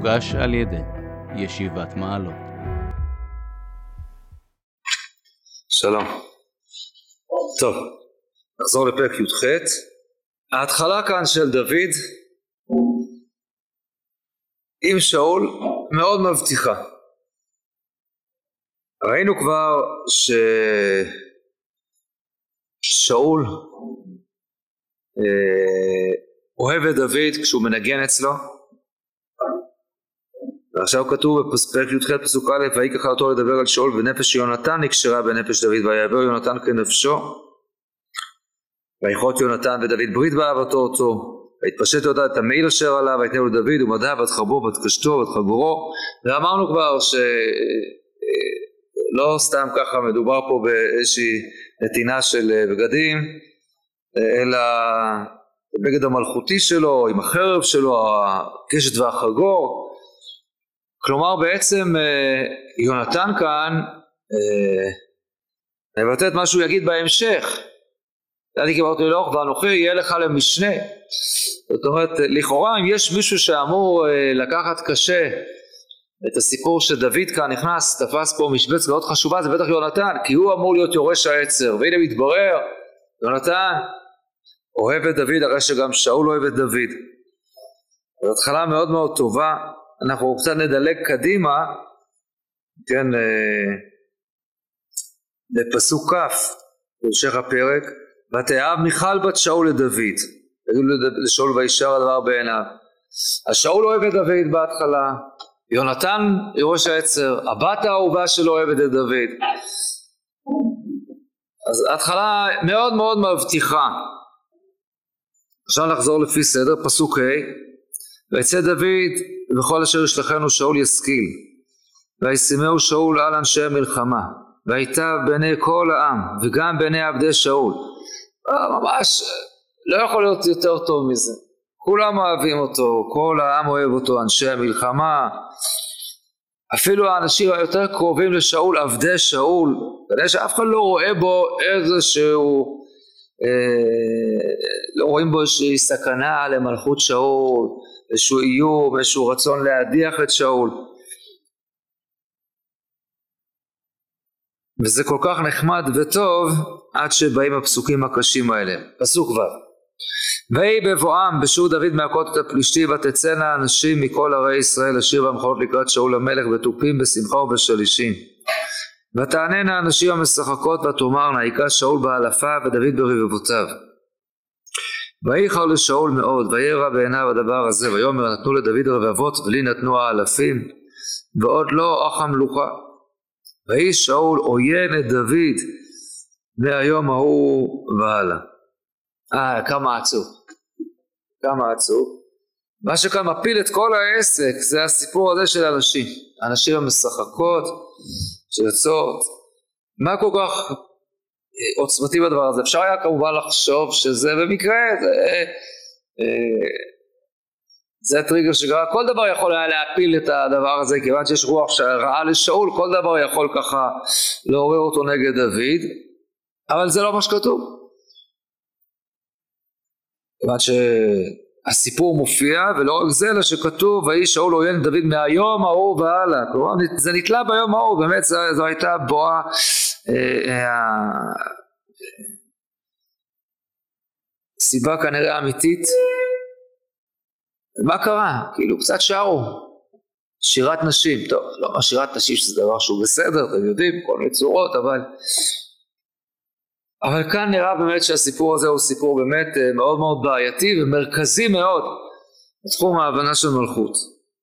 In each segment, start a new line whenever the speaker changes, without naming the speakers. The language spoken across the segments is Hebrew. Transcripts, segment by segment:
מוגש על ידי ישיבת מעלות.
שלום. טוב, נחזור לפרק י"ח. ההתחלה כאן של דוד עם שאול מאוד מבטיחה. ראינו כבר ששאול אוהב את דוד כשהוא מנגן אצלו, ועכשיו כתוב בפרק י"ח פסוק א', ויקח אותו לדבר על שאול ונפש יונתן נקשרה בנפש דוד, ויעבר יונתן כנפשו, ויכרות יונתן ודוד ברית באהבתו אותו, והתפשט יונתן את המעיל אשר עליו, ויתנהו לדוד ומדע בת חרבו בת קשתו בת חגורו. ואמרנו כבר שלא סתם ככה מדובר פה באיזושהי נתינה של בגדים, אלא בבגד המלכותי שלו, עם החרב שלו, הקשת והחגור. כלומר בעצם יונתן כאן מבטא את מה שהוא יגיד בהמשך. אני קיבלתי לאוך ואנוכי יהיה לך למשנה. זאת אומרת, לכאורה אם יש מישהו שאמור לקחת קשה את הסיפור שדוד כאן נכנס, תפס פה משבץ מאוד חשובה, זה בטח יונתן, כי הוא אמור להיות יורש העצר. והנה מתברר, יונתן אוהב את דוד, הרי שגם שאול אוהב את דוד. זו התחלה מאוד מאוד טובה. אנחנו קצת נדלג קדימה, כן, לפסוק כ' בהמשך הפרק, ותאהב מיכל בת שאול לדוד, תגידו לשאול וישר הדבר בעיניו. אז שאול אוהב את דוד בהתחלה, יונתן יורש העצר, הבת האהובה שלו אוהבת את דוד. אז ההתחלה מאוד מאוד מבטיחה. עכשיו נחזור לפי סדר, פסוק ה', ויצא דוד וכל אשר ישלחנו שאול ישכיל, וישימהו שאול על אנשי המלחמה, ויטב בעיני כל העם וגם בעיני עבדי שאול. ממש לא יכול להיות יותר טוב מזה. כולם אוהבים אותו, כל העם אוהב אותו, אנשי המלחמה, אפילו האנשים היותר קרובים לשאול, עבדי שאול, כדי שאף אחד לא רואה בו איזשהו לא רואים בו איזושהי סכנה למלכות שאול, איזשהו איום, איזשהו רצון להדיח את שאול. וזה כל כך נחמד וטוב עד שבאים הפסוקים הקשים האלה. פסוק ו', ויהי בבואם בשוב דוד מהכות את הפלישתי, ותצאנה אנשים מכל ערי ישראל לשיר במחנות לקראת שאול המלך, ותופים בשמחה ובשלישים. ותעננה הנשים המשחקות ותאמרנה, היכה שאול באלפיו ודוד ברבבותיו. וייחר לשאול מאוד, וירא בעיניו הדבר הזה, ויאמר נתנו לדוד רבבות ולי נתנו האלפים, ועוד לא אך המלוכה. ויהי שאול עוין את דוד מהיום ההוא והלאה. כמה עצוב, כמה עצוב. מה שכאן מפיל את כל העסק זה הסיפור הזה של אנשים, הנשים המשחקות שיוצאות. מה כל כך עוצמתי בדבר הזה? אפשר היה כמובן לחשוב שזה במקרה, זה הטריגר שגרה, כל דבר יכול היה להפיל את הדבר הזה, כיוון שיש רוח רעה לשאול, כל דבר יכול ככה לעורר אותו נגד דוד, אבל זה לא מה שכתוב. כיוון שהסיפור מופיע, ולא רק זה, אלא שכתוב, ויהי שאול עוין את דוד מהיום ההוא והלאה. כלומר, זה נתלה ביום ההוא, באמת זו הייתה בואה, סיבה כנראה אמיתית. מה קרה? כאילו קצת שרו שירת נשים. טוב, לא שירת נשים שזה דבר שהוא בסדר, אתם יודעים, כל מיני צורות, אבל כאן נראה באמת שהסיפור הזה הוא סיפור באמת מאוד מאוד בעייתי ומרכזי מאוד בתחום ההבנה של מלכות.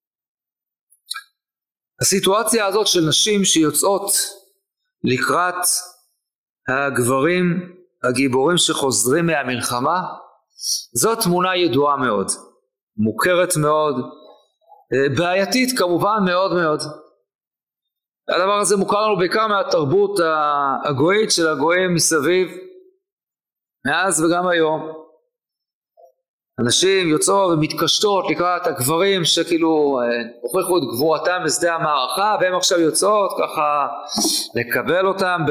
הסיטואציה הזאת של נשים שיוצאות לקראת הגברים הגיבורים שחוזרים מהמלחמה, זו תמונה ידועה מאוד, מוכרת מאוד, בעייתית כמובן מאוד מאוד. הדבר הזה מוכר לנו בעיקר מהתרבות הגויית של הגויים מסביב, מאז וגם היום. אנשים יוצאות ומתקשטות לקראת הגברים שכאילו הוכיחו את גבורתם בשדה המערכה, והם עכשיו יוצאות ככה לקבל אותם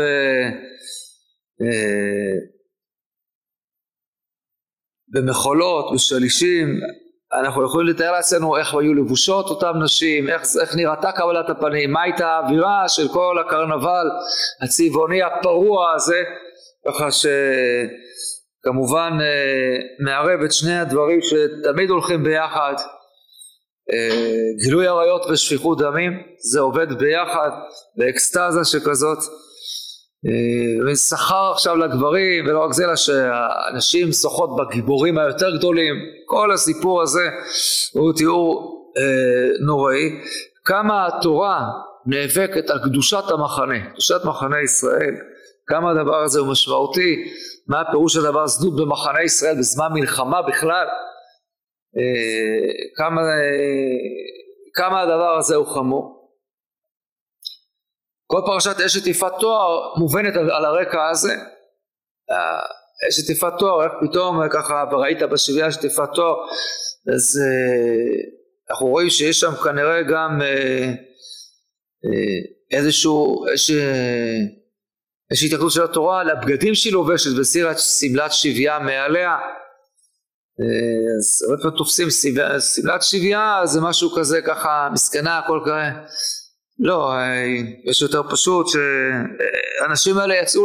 במחולות, בשלישים. אנחנו יכולים לתאר לעצמנו איך היו לבושות אותם נשים, איך נראתה קבלת הפנים, מה הייתה האווירה של כל הקרנבל הצבעוני הפרוע הזה, ככה שכמובן מערב את שני הדברים שתמיד הולכים ביחד, גילוי עריות ושפיכות דמים, זה עובד ביחד באקסטזה שכזאת, ושכר עכשיו לגברים, ולא רק זה, אלא שהנשים שוחות בגיבורים היותר גדולים. כל הסיפור הזה הוא תיאור נוראי. כמה התורה נאבקת על קדושת המחנה, קדושת מחנה ישראל, כמה הדבר הזה הוא משמעותי, מה הפירוש הדבר זנות במחנה ישראל בזמן מלחמה בכלל, כמה הדבר הזה הוא חמור. כל פרשת אשת יפת תואר מובנת על הרקע הזה. אשת יפת תואר, איך פתאום ככה וראית בשביעה אשת יפת תואר, אז אנחנו רואים שיש שם כנראה גם איזושהי התייחסות של התורה לבגדים שהיא לובשת וסירת שמלת שביעה מעליה. אז הרבה פעמים תופסים שמלת שביעה זה משהו כזה ככה מסכנה הכל כזה. לא, יש יותר פשוט שאנשים האלה יצאו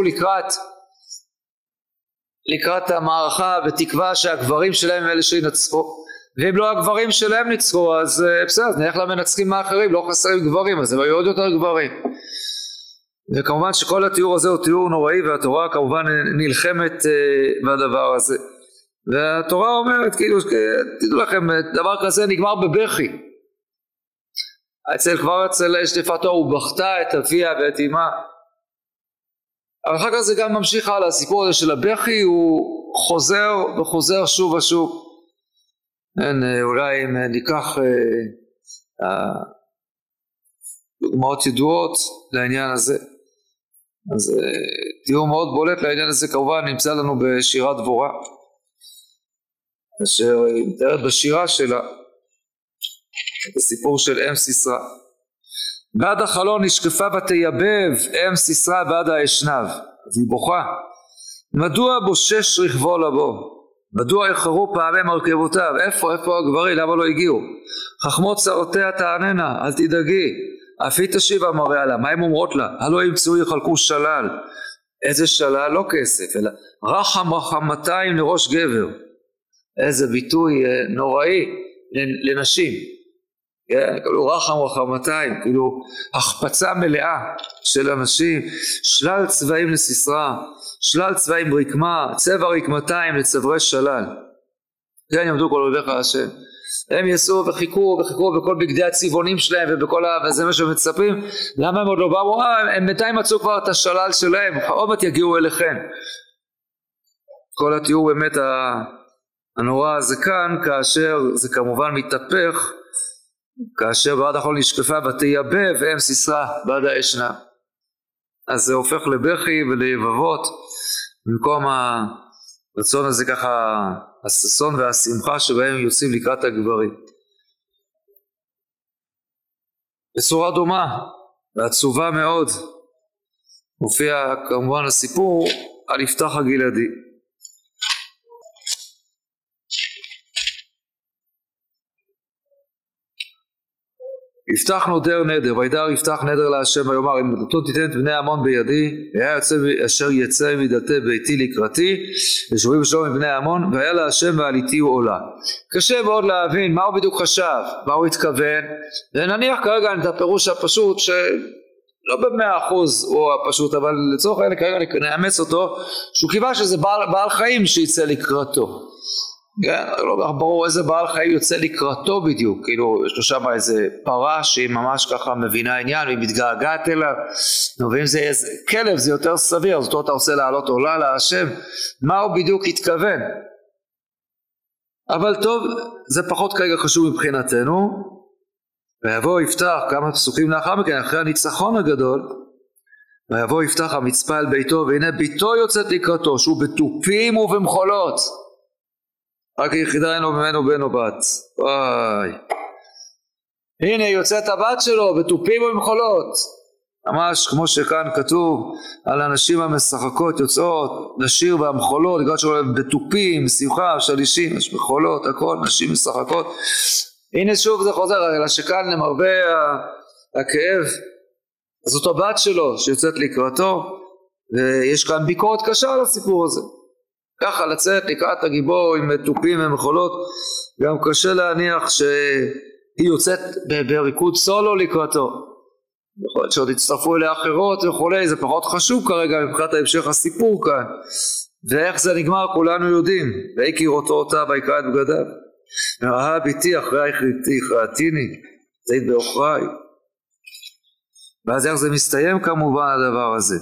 לקראת המערכה בתקווה שהגברים שלהם הם אלה שינצחו, ואם לא הגברים שלהם ניצחו אז בסדר, אז נלך למנצחים האחרים, לא חסרים גברים, אז הם היו עוד יותר גברים. וכמובן שכל התיאור הזה הוא תיאור נוראי, והתורה כמובן נלחמת בדבר הזה, והתורה אומרת כאילו, תדעו לכם, דבר כזה נגמר בבכי. אצל אשת יפת תואר הוא בכתה את אביה ואת אמה, אבל אחר כך זה גם ממשיך הלאה, הסיפור הזה של הבכי הוא חוזר וחוזר שוב ושוב. אולי אם ניקח דוגמאות ידועות לעניין הזה, אז תיאור מאוד בולט לעניין הזה כמובן נמצא לנו בשירת דבורה, אשר היא מתארת בשירה שלה את הסיפור של אם סיסרא. בעד החלון נשקפה ותייבב אם סיסרא בעד האשנב, והיא בוכה. מדוע בושש רכבו לבוא? מדוע איחרו פעמי מרכבותיו? איפה הגברים? למה לא הגיעו? חכמות צרותיה תעננה, אל תדאגי. אף היא תשיב אמריה לה, מה הם אומרות לה? הלא ימצאו יחלקו שלל. איזה שלל? לא כסף, אלא רחמתיים לראש גבר. איזה ביטוי נוראי לנשים. כאילו רחמתיים, כאילו החפצה מלאה של אנשים. שלל צבעים לסיסרא, שלל צבעים רקמה, צבע רקמתיים לצברי שלל. כן, יעמדו כל אויביך השם. הם יסעו וחיכו בכל בגדי הצבעונים שלהם וזה מה שמצפים. למה הם עוד לא באו? הם בינתיים מצאו כבר את השלל שלהם, עוד מעט יגיעו אליכם. כל התיאור באמת הנורא הזה כאן, כאשר זה כמובן מתהפך, כאשר בעד החול נשקפה ותייבב אם סיסרא בעד האשנב, אז זה הופך לבכי וליבבות במקום הרצון הזה, ככה הששון והשמחה שבהם יוצאים לקראת הגברים. בשורה דומה ועצובה מאוד מופיע כמובן הסיפור על יפתח הגלעדי. יפתח נודר נדר, וידר יפתח נדר להשם ויאמר, אם נתתו תיתן את בני עמון בידי, והיה יוצא אשר יצא מדלתי ביתי לקראתי, ושובי בשלום מבני עמון, והיה להשם ועליתי הוא עולה. קשה מאוד להבין מה הוא בדיוק חשב, מה הוא התכוון, ונניח כרגע את הפירוש הפשוט, שלא ב100% הוא הפשוט, אבל לצורך העניין כרגע נאמץ אותו, שהוא קיווה שזה בעל חיים שיצא לקראתו. כן, לא כך ברור איזה בעל חיים יוצא לקראתו בדיוק, כאילו יש לו שם איזה פרה שהיא ממש ככה מבינה עניין והיא מתגעגעת אליו, ואם זה איזה כלב זה יותר סביר, אז אותו אתה רוצה לעלות עולה להשם, מה הוא בדיוק התכוון? אבל טוב, זה פחות כרגע חשוב מבחינתנו. ויבוא יפתח כמה פסוקים לאחר מכן, אחרי הניצחון הגדול, ויבוא יפתח המצפה על ביתו, והנה ביתו יוצאת לקראתו, שהוא בתופים ובמחולות, רק היחידה אין לו ממנו בן או בת. וואי, הנה יוצאת הבת שלו בתופים ובמחולות, ממש כמו שכאן כתוב על הנשים המשחקות יוצאות, לשיר והמחולות, בגלל שאומרים בתופים, שמחה, שלישים, יש מחולות, הכל, נשים משחקות. הנה שוב זה חוזר, אלא שכאן למרבה הכאב, אז זאת הבת שלו שיוצאת לקראתו, ויש כאן ביקורת קשה על הסיפור הזה. ככה לצאת לקראת הגיבור עם תופים ומחולות, גם קשה להניח שהיא יוצאת בריקוד סולו לקראתו. יכול להיות שעוד יצטרפו אליה אחרות וכולי, זה פחות חשוב כרגע מבחינת המשך הסיפור כאן. ואיך זה נגמר כולנו יודעים, והכיר אותה ויקרא את בגדיו. ראה ביתי אחרי הכרעתיני, זית בעוכריי. ואז איך זה מסתיים כמובן הדבר הזה.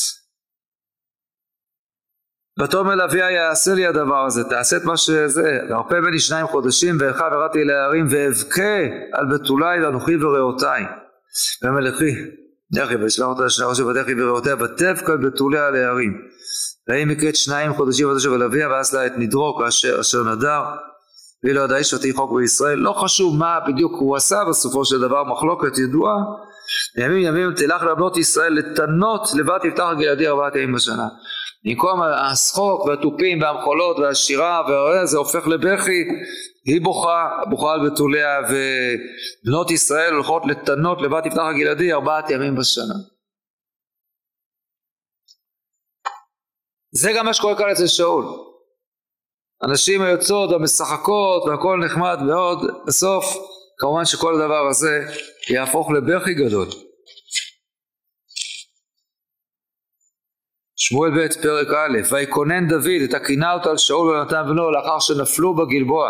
ותאמר לאביה יעשה לי הדבר הזה, תעשה את מה שזה, והרפה בני 2 חודשים ואלכה וראתי אל ההרים ואבכה על בתולי ואנוכי ורעותיי. והמלכי, דחי וישלח אותה לשני ראשי ודחי ורעותיה ותבכה על בתוליה על ההרים. והיא מקראת 2 חודשים ותשב אל אביה ואז לה את נדרו כאשר נדר. והיא לא ידעה איש ותהי חוק בישראל. לא חשוב מה בדיוק הוא עשה בסופו של דבר, מחלוקת ידועה. ימים תלך לבנות ישראל לתנות לבד תפתח הגלעדי 4 ימים בשנה. במקום השחוק והתופים והמחולות והשירה זה הופך לבכי, היא בוכה על בתוליה, ובנות ישראל הולכות לתנות לבד תפתח הגלעדי 4 ימים בשנה. זה גם מה שקורה כאן אצל שאול. אנשים היוצאות המשחקות והכל נחמד מאוד, בסוף כמובן שכל הדבר הזה יהפוך לבכי גדול. שמואל ב' פרק א', ויקונן דוד את הקינה אותה על שאול ויונתן בנו לאחר שנפלו בגלבוע.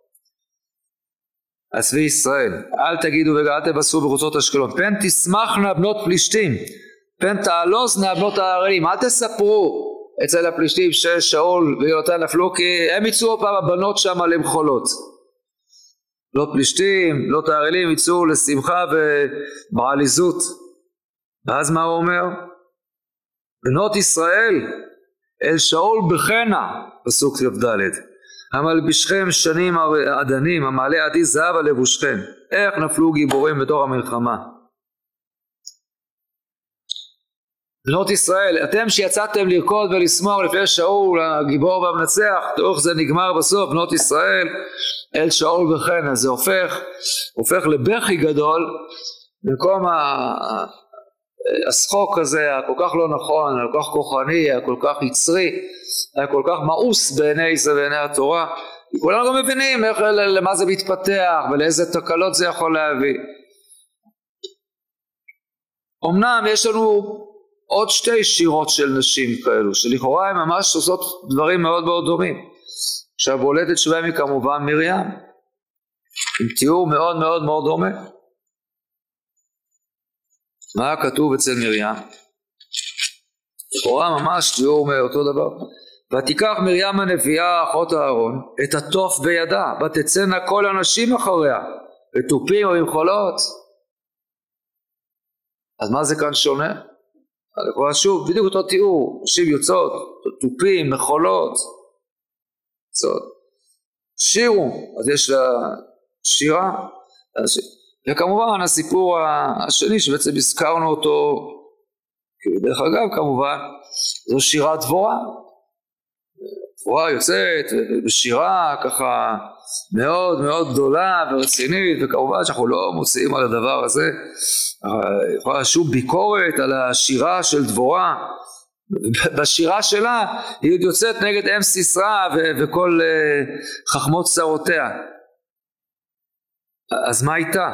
אז צבי ישראל, אל תגידו ואל תבשרו בחוצות אשקלון, פן תשמחנה בנות פלישתים, פן תעלוזנה בנות הערלים, אל תספרו אצל הפלישתים ששאול ויונתן נפלו, כי הם יצאו פעם הבנות שם למחולות. לא פלישתים, לא הערלים, יצאו לשמחה ובעליזות. ואז מה הוא אומר? בנות ישראל אל שאול בחנה, פסוק כ"ד, המלבישכם שנים עדנים, המעלה עדי זהב על לבושכם. איך נפלו גיבורים בתור המלחמה. בנות ישראל, אתם שיצאתם לרקוד ולשמוח לפני שאול הגיבור והמנצח, תראו איך זה נגמר בסוף. בנות ישראל אל שאול בחנה, זה הופך לבכי גדול, במקום השחוק הזה הכל כך לא נכון, הכל כך כוחני, הכל כך יצרי, הכל כך מאוס בעיני זה בעיני התורה. כולנו גם מבינים למה זה מתפתח ולאיזה תקלות זה יכול להביא. אמנם יש לנו עוד 2 שירות של נשים כאלו שלכאורה הן ממש עושות דברים מאוד מאוד דומים. שהבולטת שבהם היא כמובן מרים, עם תיאור מאוד מאוד מאוד דומה. מה כתוב אצל מרים? לכאורה ממש תיאור מאותו דבר. ותיקח מרים הנביאה אחות אהרון את התוף בידה, ותצאנה כל הנשים אחריה בתופים או עם חולות. אז מה זה כאן שונה? לכאורה שוב בדיוק אותו תיאור, נשים יוצאות, תופים, מחולות, שירו, אז יש לה שירה. וכמובן הסיפור השני שבעצם הזכרנו אותו, דרך אגב כמובן, זו שירת דבורה. דבורה יוצאת בשירה ככה מאוד מאוד גדולה ורצינית, וכמובן שאנחנו לא מוצאים על הדבר הזה יכולה שוב ביקורת על השירה של דבורה. בשירה שלה היא יוצאת נגד אם סיסרא וכל חכמות שרותיה. אז מה איתה?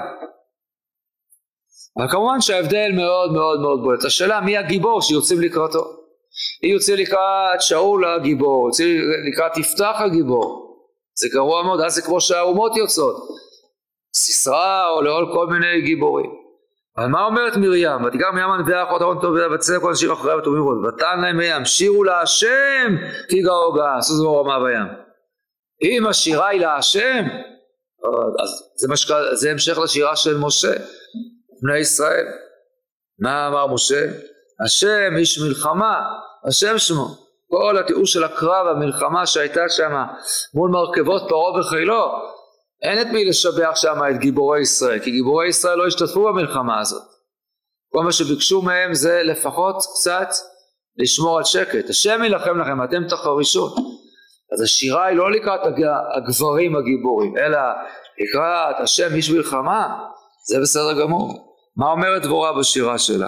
אבל כמובן שההבדל מאוד מאוד מאוד בולט. השאלה מי הגיבור שיוצאים לקראתו? היא יוצא לקראת שאול הגיבור, יוצא לקראת יפתח הגיבור. זה גרוע מאוד, אז זה כמו שהאומות יוצאות, סיסרא או לעול כל מיני גיבורים. אבל מה אומרת מרים? ותיקח מרים הנביאה אחות אהרון טוב ותצא כל הנשים אחריה ותאמרו ותען להם מרים שירו להשם כי גאו גאה, עשו זמור רמה בים. אם השירה היא להשם, אז זה המשך לשירה של משה בני ישראל. מה אמר משה? השם איש מלחמה, השם שמו. כל התיאור של הקרב המלחמה שהייתה שם מול מרכבות פרעה וחילו, אין את מי לשבח שם את גיבורי ישראל, כי גיבורי ישראל לא השתתפו במלחמה הזאת. כל מה שביקשו מהם זה לפחות קצת לשמור על שקט. השם ילחם לכם, אתם תחרישון. אז השירה היא לא לקראת הגברים הגיבורים, אלא לקראת השם איש מלחמה. זה בסדר גמור. מה אומרת דבורה בשירה שלה?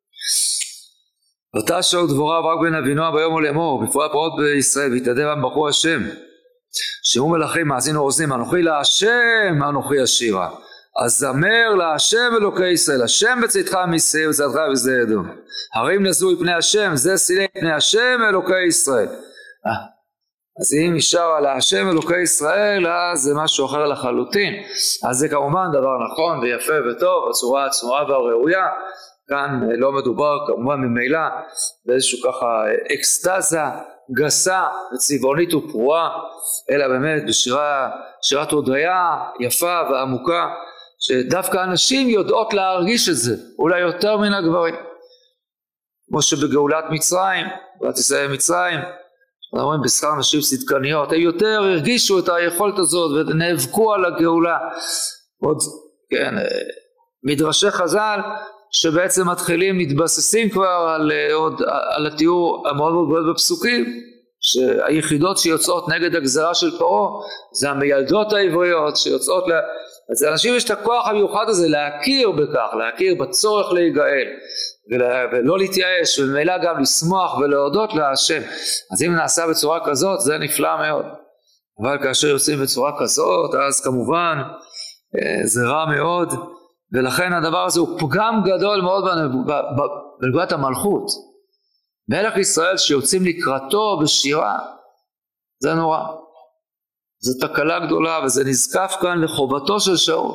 אותה שאול דבורה ברק בן אבינועם ביום ולאמור, בפרעה פרעות בישראל, והתנדב עם בחור השם. שמעו מלכים מאזינו אוזנים, אנוכי להשם אנוכי השירה. אז זמר להשם אלוקי ישראל, השם בצאתך מישראל וצאתך בשדה אדום. הרים נזו מפני השם, זה סילי מפני השם אלוקי ישראל. אז אם נשאר על השם אלוקי ישראל, אז זה משהו אחר לחלוטין. אז זה כמובן דבר נכון ויפה וטוב, בצורה הצנועה והראויה. כאן לא מדובר כמובן ממילא באיזשהו ככה אקסטזה גסה וצבעונית ופרועה, אלא באמת בשירת הודיה יפה ועמוקה, שדווקא הנשים יודעות להרגיש את זה, אולי יותר מן הגברים. כמו שבגאולת מצרים, גאולת ישראל מצרים, אנחנו רואים בשכר נשים צדקניות, הם יותר הרגישו את היכולת הזאת ונאבקו על הגאולה. עוד, כן, מדרשי חז"ל שבעצם מתחילים מתבססים כבר על התיאור המאוד מאוד גדול בפסוקים, שהיחידות שיוצאות נגד הגזרה של פרעה זה המיילדות העבריות שיוצאות אז לאנשים יש את הכוח המיוחד הזה להכיר בכך, להכיר בצורך להיגאל ולא להתייאש, וממילא גם לשמוח ולהודות להשם. אז אם נעשה בצורה כזאת זה נפלא מאוד, אבל כאשר יוצאים בצורה כזאת אז כמובן זה רע מאוד, ולכן הדבר הזה הוא פגם גדול מאוד בנבואת המלכות. מלך ישראל שיוצאים לקראתו בשירה, זה נורא, זו תקלה גדולה, וזה נזקף כאן לחובתו של שאול.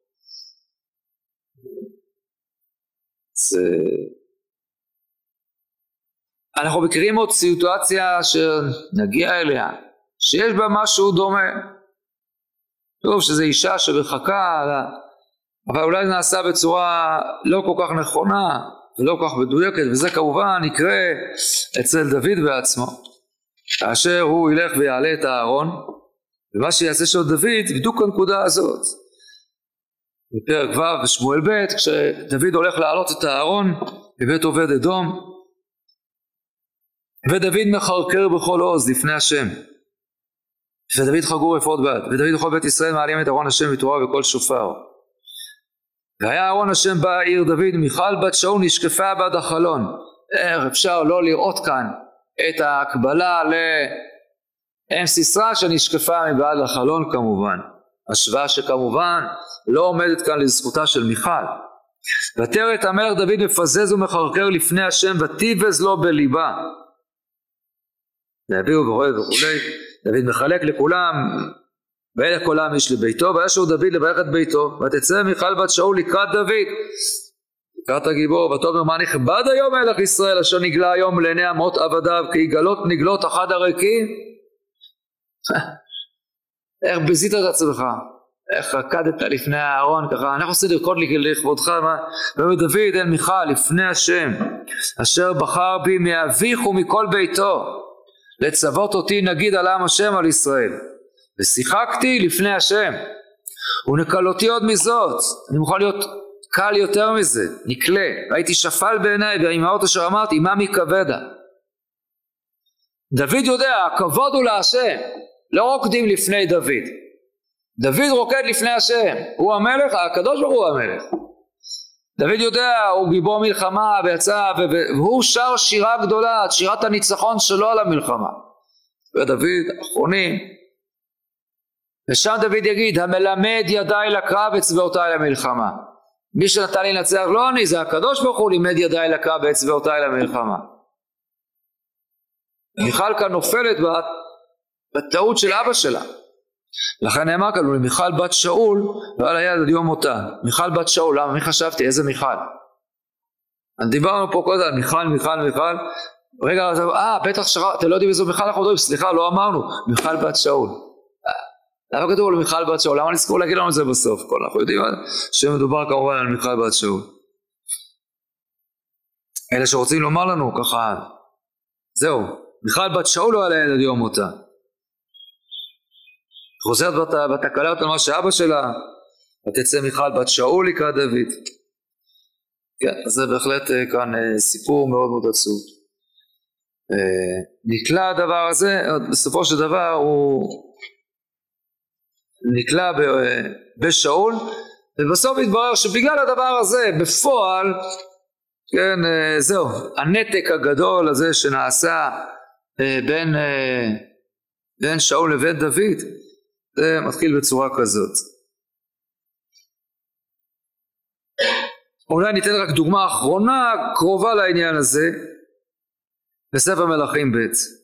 אנחנו מכירים עוד סיטואציה שנגיע אליה, שיש בה משהו דומה. טוב שזה אישה שמחכה, אבל אולי זה נעשה בצורה לא כל כך נכונה ולא כל כך מדויקת, וזה כמובן יקרה אצל דוד בעצמו, כאשר הוא ילך ויעלה את הארון, ומה שיעשה של דוד בדיוק הנקודה הזאת. בפרק ו' בשמואל ב', כשדוד הולך לעלות את הארון בבית עובד אדום, ודוד מחרקר בכל עוז לפני השם, ודוד חגור אפוד בד, ודוד וכל בית ישראל מעלים את ארון השם בתרועה בקול שופר. והיה ארון השם בעיר דוד, מיכל בת שאול נשקפה בעד החלון. איך אפשר לא לראות כאן את ההקבלה לאם סיסרא שנשקפה מבעד לחלון כמובן, השוואה שכמובן לא עומדת כאן לזכותה של מיכל. ותראה את המלך דוד מפזז ומחרקר לפני השם, ותיבז לו בליבה. והביאו וכולי, דוד מחלק לכולם, וילך כל העם איש לביתו, וישוב דוד לברך את ביתו, ותצא מיכל בת שאול לקראת דוד, לקראת הגיבור, ותאמר מה נכבד היום מלך ישראל, אשר נגלה היום לעיני אמות עבדיו, כי יגלות נגלות אחד הריקים. איך ביזית את עצמך, איך רקדת לפני הארון ככה, אנחנו עושים לרקוד לכבודך, ודוד אל מיכל לפני השם, אשר בחר בי מאביך ומכל ביתו, לצוות אותי נגיד על עם השם על ישראל. ושיחקתי לפני השם, ונקל אותי עוד מזאת, אני מוכן להיות קל יותר מזה, נקלה, והייתי שפל בעיניי, והאימהות אשר אמרתי, אממי כבדה. דוד יודע, הכבוד הוא להשם, לא רוקדים לפני דוד. דוד רוקד לפני השם, הוא המלך, הקדוש ברוך הוא המלך. דוד יודע, הוא גיבור מלחמה, ויצא, והוא שר שירה גדולה, שירת הניצחון שלו על המלחמה. ודוד, אחרונים, ושם דוד יגיד, המלמד ידיי לקרב וצבאותיי למלחמה. מי שנתן לי לנצח לא אני, זה הקדוש ברוך הוא לימד ידיי לקרב וצבאותיי למלחמה. מיכל כאן נופלת בטעות של אבא שלה. לכן נאמר כאן, למיכל בת שאול, ועל היד עד יום מותה. מיכל בת שאול, למה? מי חשבתי? איזה מיכל? דיברנו פה קודם על מיכל. רגע, בטח אתם לא יודעים איזו מיכל אנחנו יודעים, סליחה, לא אמרנו, מיכל בת שאול. למה כתוב למיכל בת שאול? למה נזכור להגיד לנו את זה בסוף? אנחנו יודעים שמדובר כמובן על מיכל בת שאול. אלה שרוצים לומר לנו ככה, זהו, מיכל בת שאול לא על היד עד יום מותה. חוזרת בתקלה על מה שאבא שלה, ותצא מיכל בת שאול לקראת דוד. כן, זה בהחלט כאן סיפור מאוד מאוד עצוב. נקלע הדבר הזה, בסופו של דבר הוא נקלע בשאול, ובסוף התברר שבגלל הדבר הזה בפועל, כן, זהו, הנתק הגדול הזה שנעשה בין שאול לבין דוד, זה מתחיל בצורה כזאת. אולי ניתן רק דוגמה אחרונה קרובה לעניין הזה בספר מלכים ב'.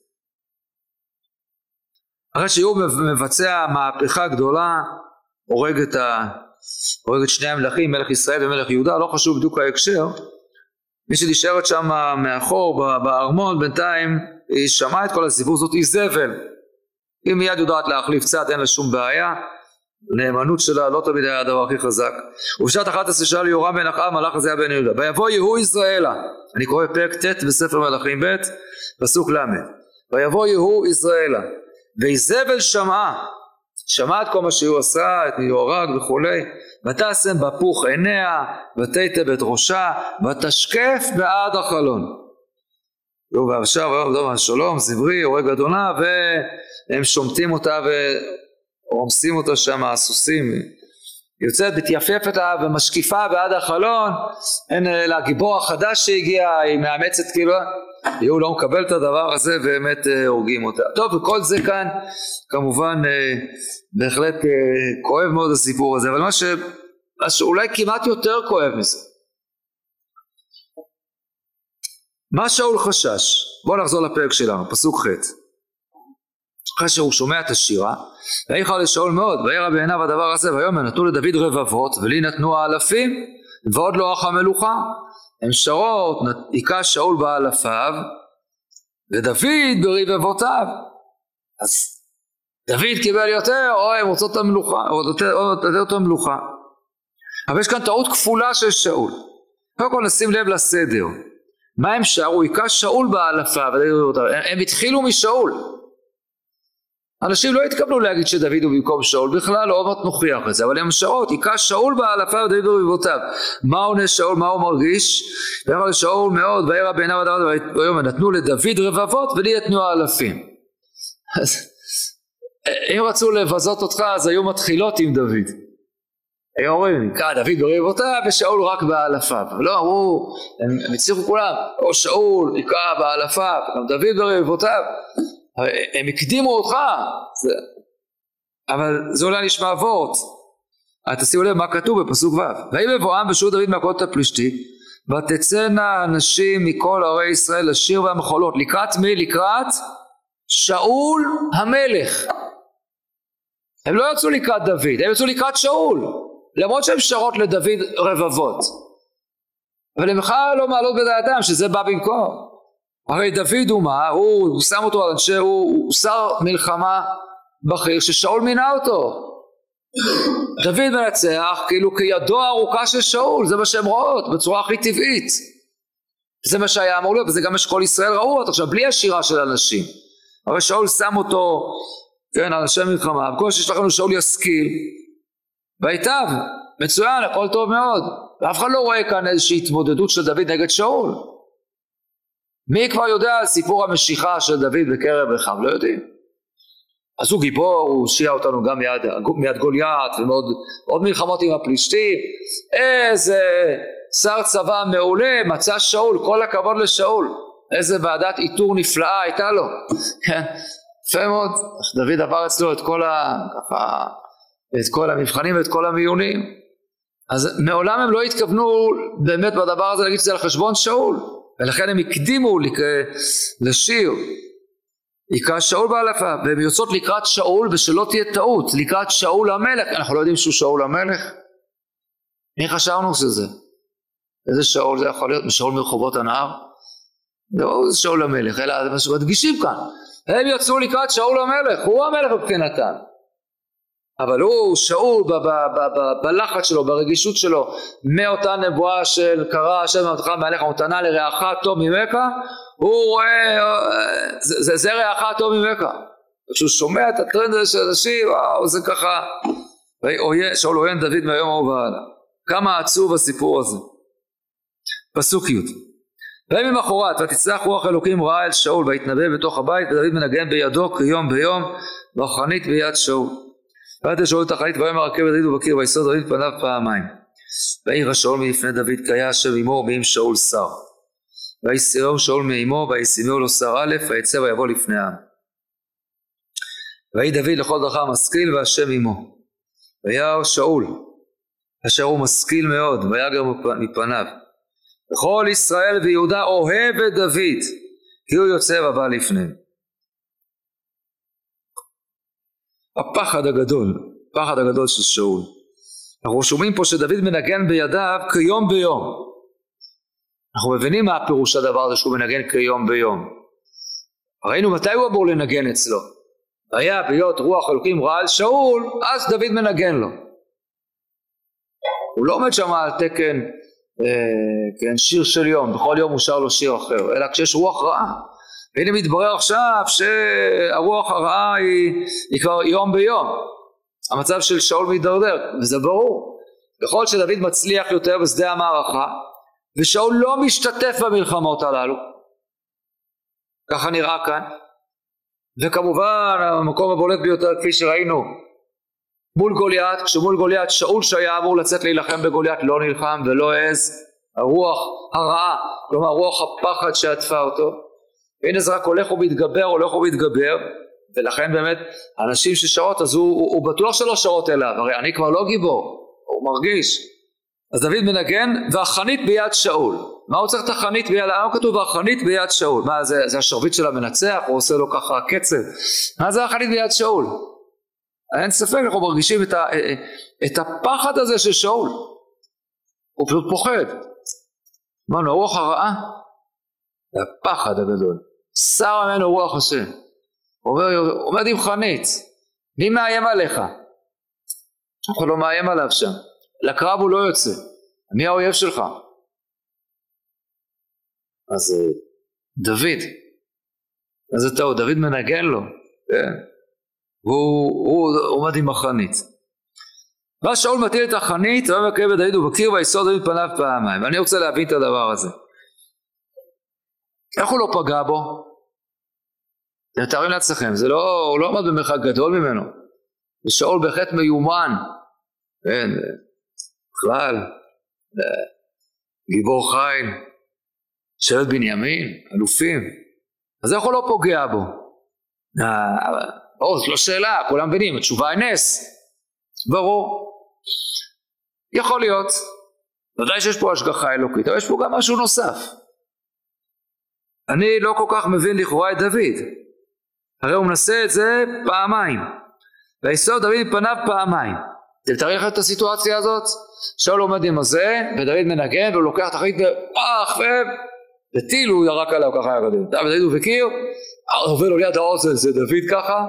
אחרי שיהוא מבצע מהפכה גדולה, הורג את שני המלכים, מלך ישראל ומלך יהודה, לא חשוב בדיוק ההקשר, מי שנשארת שם מאחור בארמון בינתיים היא שמעה את כל הסיפור, זאת איזבל, היא מיד יודעת להחליף צד, אין לה שום בעיה, נאמנות שלה לא תמיד היה הדבר הכי חזק. ובשעת 11 שעה ליורם בן אחאב מלך עזריה בן יהודה, ויבוא יהוא יזרעאלה, אני קורא פרק ט' בספר מלכים ב' פסוק ל', ויבוא יהוא יזרעאלה ואיזבל שמעת כל מה שהוא עשה, את מי הוא הרג וכולי, ותשם בפוך עיניה ותיטב את ראשה ותשקף בעד החלון. ועכשיו ויאמר השלום זברי הורג אדונה, והם שומטים אותה ורומסים אותה שם הסוסים, יוצאת מתייפפת ומשקיפה בעד החלון, אין לה גיבור החדש שהגיע, היא מאמצת כאילו, יהוא לא מקבל את הדבר הזה ובאמת הורגים אותה. טוב, וכל זה כאן כמובן בהחלט כואב מאוד הסיפור הזה, אבל מה שאולי כמעט יותר כואב מזה, מה שאול חשש, בואו נחזור לפרק שלנו, פסוק ח'. אחרי שהוא שומע את השירה, ויחר לשאול מאוד, וירא בעיניו הדבר הזה, ויאמר נתנו לדוד רבבות, ולי נתנו האלפים, ועוד לא אח המלוכה. הם שרות, היכה שאול באלפיו, ודוד ברבבותיו. אז דוד קיבל יותר, או הם רוצות את המלוכה, או לתת אותו מלוכה. אבל יש כאן טעות כפולה של שאול. קודם כל נשים לב לסדר. מה הם שרו? היכה שאול באלפיו, הם התחילו משאול. אנשים לא התכוונו להגיד שדוד הוא במקום שאול, בכלל לא עוד נוכיח את זה, אבל הם שרות, היכה שאול באלפיו ודוד ברבבותיו. מה עונה שאול, מה הוא מרגיש? וירא לשאול מאוד, וירא בעיניו הדבר, ויאמר נתנו לדוד רבבות ולי נתנו האלפים. אז אם רצו לבזות אותך, אז היו מתחילות עם דוד. היו אומרים, היכה דוד ברבבותיו ושאול רק באלפיו. לא, הם הצליחו כולם, או שאול היכה באלפיו, גם דוד ברבבותיו. הם הקדימו אותך, אבל זה אולי נשמע וורט. תשימו לב מה כתוב בפסוק ו'. ויהי בבואם בשוב דוד מהכות הפלישתי, ותצאנה אנשים מכל ערי ישראל לשיר והמחולות. לקראת מי? לקראת שאול המלך. הם לא יצאו לקראת דוד, הם יצאו לקראת שאול, למרות שהם שרות לדוד רבבות, אבל הם בכלל לא מעלות בדעתם שזה בא במקום. הרי דוד הוא מה? הוא שם אותו על אנשי, הוא שר מלחמה בכיר ששאול מינה אותו. דוד מנצח כאילו כידו הארוכה של שאול, זה מה שהם רואות בצורה הכי טבעית, זה מה שהיה אמור להיות, וזה גם מה שכל ישראל ראו עכשיו בלי השירה של אנשים. הרי שאול שם אותו, כן, על אנשי מלחמה, וכל שיש לכם שאול ישכיל והיטב, מצוין, הכל טוב מאוד, ואף אחד לא רואה כאן איזושהי התמודדות של דוד נגד שאול. מי כבר יודע על סיפור המשיכה של דוד בקרב אחיו? לא יודעים. אז הוא גיבור, הוא הושיע אותנו גם מיד גוליית ועוד מלחמות עם הפלישתים. איזה שר צבא מעולה מצא שאול, כל הכבוד לשאול, איזה ועדת איתור נפלאה הייתה לו. כן, יפה מאוד. דוד עבר אצלו את כל המבחנים ואת כל המיונים. אז מעולם הם לא התכוונו באמת בדבר הזה להגיד שזה על חשבון שאול, ולכן הם הקדימו לשיר היכה שאול באלפיו, והם יוצאות לקראת שאול, ושלא תהיה טעות, לקראת שאול המלך. אנחנו לא יודעים שהוא שאול המלך. מי חשבנו שזה? איזה שאול זה יכול להיות? שאול מרחובות הנהר? לא, זה שאול המלך, אלא זה מה שמדגישים כאן, הם יצאו לקראת שאול המלך, הוא המלך מבחינתם, אבל הוא שאול בלחץ שלו, ברגישות שלו, מאותה נבואה של קרא השם אמרתך מעליך ומתנה לרעך טוב ממך, הוא רואה זה רעך טוב ממך. כשהוא שומע את הטרנד הזה של אנשים, וואו, זה ככה, שאול עוין דוד מהיום ההוא והלאה. כמה עצוב הסיפור הזה. פסוק י' ויהי ממחרת ותצלח רוח אלוקים רעה אל שאול ויתנבא בתוך הבית ודוד מנגן בידו כיום ביום והחנית ביד שאול. ויתן שאול את החנית ויאמר הכה בדוד ובקיר ויסור דוד פניו פעמיים. וירא שאול מלפני דוד כי היה השם עמו ועם שאול שר. ויסירהו שאול מעמו וישימהו לו שר א' ויצא ויבוא לפני העם. ויהי דוד לכל דרכיו משכיל והשם עמו. וירא שאול אשר הוא משכיל מאוד ויגר מפניו. וכל ישראל ויהודה אוהב את דוד כי הוא יוצא ובא לפניהם. הפחד הגדול של שאול. אנחנו שומעים פה שדוד מנגן בידיו כיום ביום. אנחנו מבינים מה הפירוש הדבר הזה שהוא מנגן כיום ביום. ראינו מתי הוא אמור לנגן אצלו. היה ביות רוח אלוקים רעה על שאול, אז דוד מנגן לו. הוא לא עומד שם על תקן שיר של יום, בכל יום הוא שר לו שיר אחר, אלא כשיש רוח רעה. והנה מתברר עכשיו שהרוח הרעה היא כבר יום ביום. המצב של שאול מתדרדר, וזה ברור. בכל שדוד מצליח יותר בשדה המערכה, ושאול לא משתתף במלחמות הללו. ככה נראה כאן. וכמובן המקום הבולט ביותר כפי שראינו, מול גוליית, כשמול גוליית שאול שהיה אמור לצאת להילחם בגוליית לא נלחם ולא העז, הרוח הרעה, כלומר רוח הפחד שעטפה אותו, והנה זה רק הולך ומתגבר, ולכן באמת אנשים ששרות, אז הוא בטוח שלא שרות אליו, הרי אני כבר לא גיבור, הוא מרגיש. אז דוד מנגן והחנית ביד שאול. מה הוא צריך את החנית ביד? למה כתוב החנית ביד שאול? מה זה השרביט של המנצח? הוא עושה לו ככה קצב. מה זה החנית ביד שאול? אין ספק, אנחנו מרגישים את הפחד הזה של שאול. הוא פשוט פוחד. אמרנו, הרוח הרעה זה הפחד הגדול. שר ממנו רוח השם. עומד עם חנית. מי מאיים עליך? אף אחד לא מאיים עליו שם. לקרב הוא לא יוצא. מי האויב שלך? אז דוד. אז זה טעות, דוד מנגן לו. כן. הוא עומד עם החנית. ואז שאול מטיל את החנית, ויאמר הכה בדוד ובקיר ויסור דוד פניו פעמיים. ואני רוצה להבין את הדבר הזה. איך הוא לא פגע בו? תארים לעצמכם, הוא לא עמד במרחק גדול ממנו. ושאול בהחלט מיומן. כן, בכלל, גיבור חיל, שבט בנימין, אלופים. אז איך הוא לא פוגע בו? זו לא שאלה, כולם מבינים, התשובה היא נס. ברור. יכול להיות. ודאי שיש פה השגחה אלוקית, אבל יש פה גם משהו נוסף. אני לא כל כך מבין לכאורה את דוד. הרי הוא מנסה את זה פעמיים. ויסור דוד מפניו פעמיים. תתארי לכם את הסיטואציה הזאת? שאול עומד עם הזה, ודוד מנגן, והוא לוקח את החנית וטיל הוא ירק עליו ככה ירדים. ודוד הוא בקיר, עובר לו ליד האוזן, זה דוד ככה.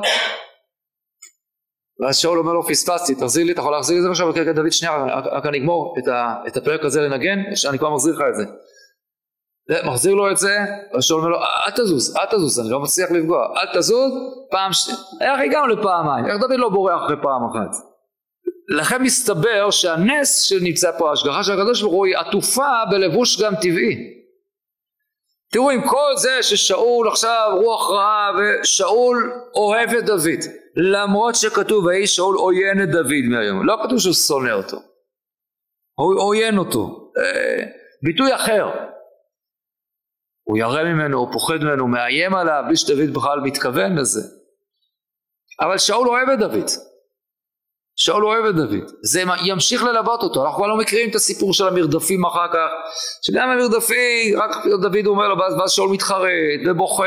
ואז שאול אומר לו, פספסתי, תחזיר לי, אתה יכול להחזיר לי זה עכשיו? דוד שנייה, רק אני אגמור את הפרק הזה לנגן, אני כבר מחזיר לך את זה. מחזיר לו את זה, ושאול אומר לו, אל תזוז, אני לא מצליח לפגוע, אל תזוז, פעם שנייה. איך הגענו לפעמיים? איך דוד לא בורח אחרי פעם אחת? לכן מסתבר שהנס שנמצא פה, ההשגחה של הקדוש ברוך הוא, היא עטופה בלבוש גם טבעי. תראו, עם כל זה ששאול עכשיו רוח רעה, ושאול אוהב את דוד, למרות שכתוב ויהי שאול עוין את דוד מהיום, לא כתוב שהוא שונא אותו, הוא עוין אותו, ביטוי אחר, הוא ירא ממנו, הוא פוחד ממנו, הוא מאיים עליו, בלי שדוד בכלל מתכוון לזה. אבל שאול אוהב את דוד, שאול אוהב את דוד, זה ימשיך ללוות אותו. אנחנו כבר לא מכירים את הסיפור של המרדפים אחר כך, שגם המרדפים, רק דוד אומר לו, ואז שאול מתחרט ובוכה,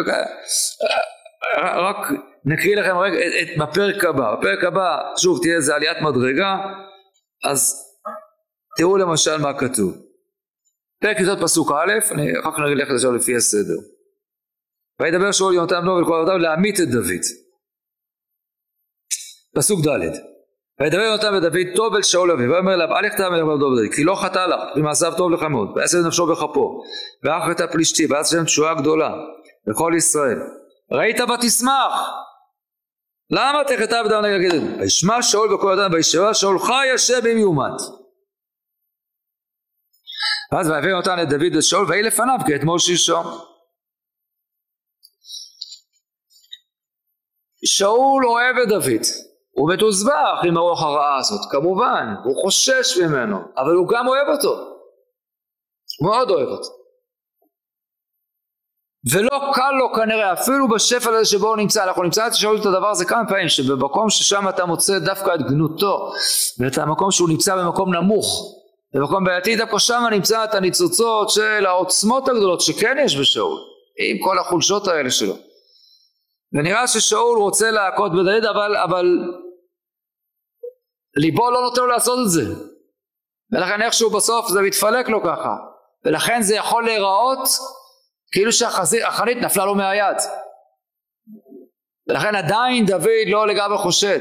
רק נקריא לכם רגע בפרק הבא. בפרק הבא, שוב, תהיה איזה עליית מדרגה, אז תראו למשל מה כתוב. פרק י"ט פסוק א', אני רק נלך לשאול לפי הסדר. וידבר שאול יונתן בנו ולכל עבדיו להמית את דוד. פסוק ד' וידבר יונתן ודוד טוב אל שאול אביו, ויאמר אליו אל יחטא מלך דוד, כי לא חטא לך, ומעשיו טוב לך מאוד, ויעשה את נפשו בכפו, ואחר את הפלישתי, ויעשה שם תשועה גדולה לכל ישראל. ראית ותשמח. למה תחטא בדם נגד דוד? וישמע שאול בכל אדם, וישבע שאול חי השם אם יומת. ואז ויבא יונתן את דוד לשאול ויהי לפניו כאתמול שלשום. שאול אוהב את דוד, הוא מתוסבך עם הרוח הרעה הזאת, כמובן, הוא חושש ממנו, אבל הוא גם אוהב אותו, הוא מאוד אוהב אותו. ולא קל לו כנראה, אפילו בשפל הזה שבו הוא נמצא, אנחנו נמצא את שאול את הדבר הזה כמה פעמים, שבמקום ששם אתה מוצא דווקא את גנותו, ואת המקום שהוא נמצא במקום נמוך, במקום בעייתי, דווקא שם נמצא את הניצוצות של העוצמות הגדולות שכן יש בשאול, עם כל החולשות האלה שלו. ונראה ששאול רוצה להכות בדוד, אבל ליבו לא נותן לו לעשות את זה, ולכן איכשהו בסוף זה מתפלק לו ככה, ולכן זה יכול להיראות כאילו שהחנית נפלה לו מהיד, ולכן עדיין דוד לא לגמרי חושד.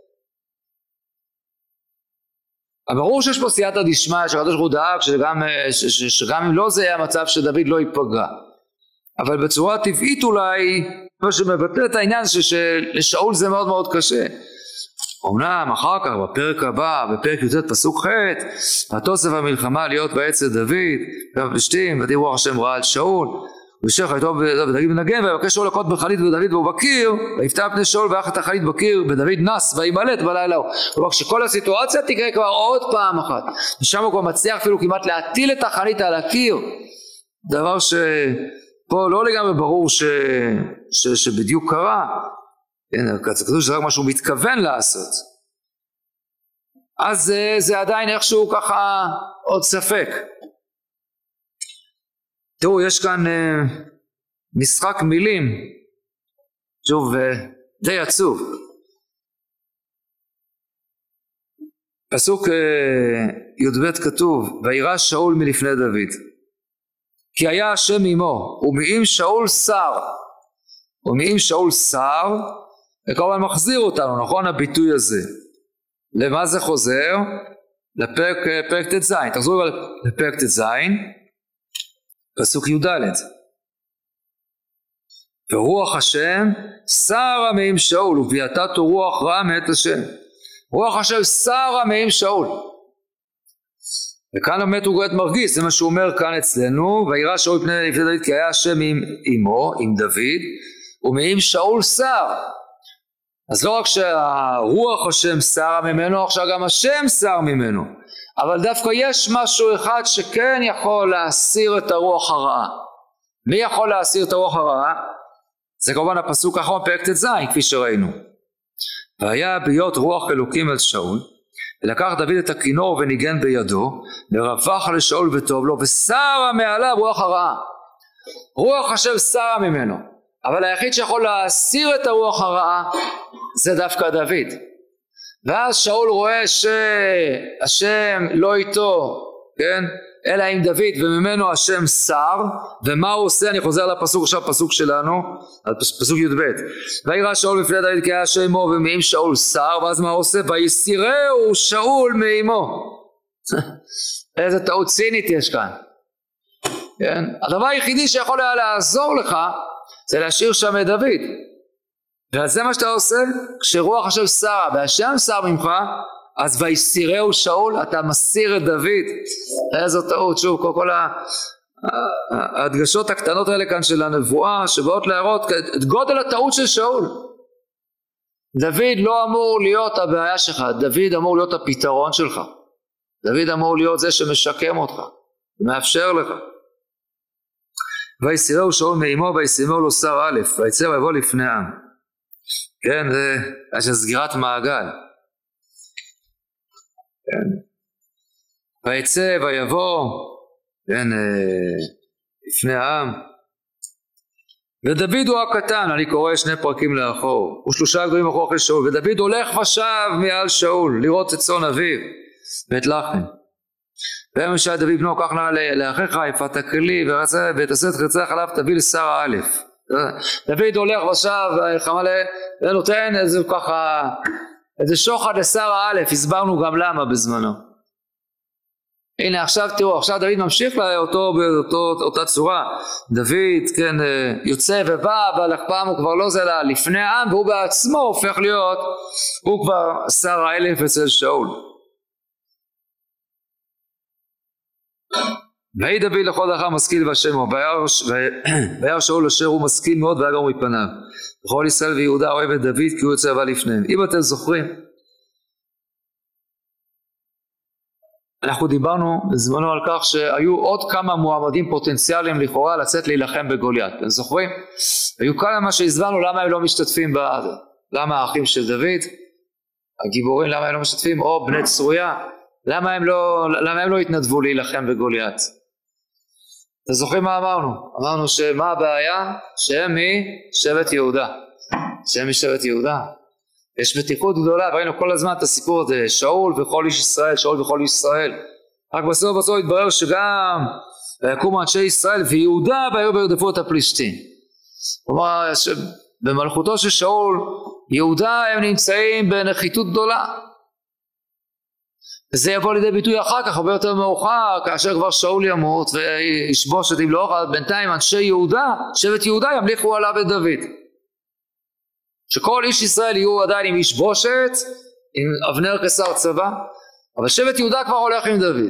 אבל ברור שיש פה סייעתא דשמיא, שהקדוש ברוך הוא דאג שגם אם לא זה היה המצב שדוד לא ייפגע, אבל בצורה טבעית אולי מה שמבטא את העניין שלשאול זה מאוד מאוד קשה. אמנם אחר כך בפרק הבא, בפרק י"ט פסוק ח', ותוסף המלחמה להיות בעצת דוד והפלישתים, ותהי רוח השם רעה על שאול, וישך איתו ודוד מנגן, ויבקש שאול להכות בחנית בדוד והוא בקיר, ויפתח פני שאול ויך את החנית בקיר, ודוד נס וימלט בלילה. כלומר שכל הסיטואציה תקרה כבר עוד פעם אחת, ושם הוא כבר מצליח אפילו כמעט להטיל את החנית על הקיר, דבר שפה לא לגמרי ברור שבדיוק קרה, כתוב שזה רק מה שהוא מתכוון לעשות, אז זה עדיין איכשהו ככה עוד ספק. תראו, יש כאן משחק מילים, שוב די עצוב. פסוק י"ב כתוב, וירא שאול מלפני דוד, כי היה השם עמו, ומעם שאול שר, ומעם שאול שר, וכמובן מחזיר אותנו, נכון הביטוי הזה. למה זה חוזר? לפרק ט"ז, תחזרו לפרק ט"ז, פסוק י"ד. ורוח השם שרה מעם שאול, וביאתתו רוח רעה מאת השם. רוח השם שרה מעם שאול. וכאן באמת הוא מרגיש, זה מה שהוא אומר כאן אצלנו, וירא שאול לפני דוד כי היה השם עמו, עם דוד, ומעם שאול שר. אז לא רק שהרוח השם שרה ממנו, עכשיו גם השם שר ממנו, אבל דווקא יש משהו אחד שכן יכול להסיר את הרוח הרעה. מי יכול להסיר את הרוח הרעה? זה כמובן הפסוק האחרון פרק ט"ז, כפי שראינו. והיה ביות רוח אלוקים אל שאול, ולקח דוד את הכינור וניגן בידו, ורבח לשאול וטוב לו, ושרה מעליו רוח הרעה. רוח השם שרה ממנו, אבל היחיד שיכול להסיר את הרוח הרעה זה דווקא דוד. ואז שאול רואה שהשם לא איתו, כן? אלא עם דוד, וממנו השם שר, ומה הוא עושה? אני חוזר לפסוק עכשיו, פסוק שלנו, פסוק י"ב. וירא שאול בפני דוד כי היה השם עמו, ומעם שאול שר, ואז מה הוא עושה? ויסירהו שאול מעמו. איזה טעות צינית יש כאן. כן? הדבר היחידי שיכול היה לעזור לך, זה להשאיר שם את דוד. וזה מה שאתה עושה, כשרוח השם שרה, והשם שר ממך, אז ויסירהו שאול, אתה מסיר את דוד. איזו טעות, שוב, כל ההדגשות הקטנות האלה כאן של הנבואה, שבאות להראות את גודל הטעות של שאול. דוד לא אמור להיות הבעיה שלך, דוד אמור להיות הפתרון שלך. דוד אמור להיות זה שמשקם אותך, ומאפשר לך. ויסירהו שאול מעמו, וישימו לו שר א', ויצא ויבוא לפני העם. כן, זה סגירת מעגל. כן. ויצא ויבוא, כן, לפני העם. ודוד הוא הקטן, אני קורא שני פרקים לאחור, ושלושה גדולים אחור אחרי שאול, ודוד הולך ושב מעל שאול, לראות את צאן אביו, ואת לחם. ויאמר שאל דוד בנו, קח נא לאחיך יפת הכלי, ותעשה את חרצי החלב תביא לשר א'. דוד הולך ושב ונותן איזה ככה איזה שוחד לשר א', הסברנו גם למה בזמנו. הנה עכשיו תראו, עכשיו דוד ממשיך באותה צורה. דוד כן יוצא ובא, אבל אף פעם הוא כבר לא זה לפני העם, והוא בעצמו הופך להיות, הוא כבר שר האלף אצל שאול. ויהי דוד לכל דרכיו משכיל והשם וירא שאול אשר הוא משכיל מאוד ויגור מפניו. וכל ישראל ויהודה אוהב את דוד כי הוא יוצא הבא לפניהם. אם אתם זוכרים, אנחנו דיברנו בזמנו על כך שהיו עוד כמה מועמדים פוטנציאליים לכאורה לצאת להילחם בגוליית. אתם זוכרים? היו כמה שהסברנו למה הם לא משתתפים למה האחים של דוד, הגיבורים, למה הם לא משתתפים, או בני צרויה, למה הם לא התנדבו להילחם בגוליית. אתם זוכרים מה אמרנו? אמרנו שמה הבעיה? שהם משבט יהודה. שהם משבט יהודה. יש מתיחות גדולה, ראינו כל הזמן את הסיפור הזה, שאול וכל איש ישראל, שאול וכל איש ישראל. רק בסוף התברר שגם ויקומו אנשי ישראל ויהודה והיו בירדפו את הפלישתים. כלומר, במלכותו של שאול, יהודה הם נמצאים בנחיתות גדולה. וזה יבוא לידי ביטוי אחר כך, הרבה יותר מאוחר, כאשר כבר שאול ימות וישבוש את ימלוך, בינתיים אנשי יהודה, שבט יהודה ימליכו עליו את דוד. שכל איש ישראל יהיו עדיין עם ישבושת, עם אבנר כשר צבא, אבל שבט יהודה כבר הולך עם דוד.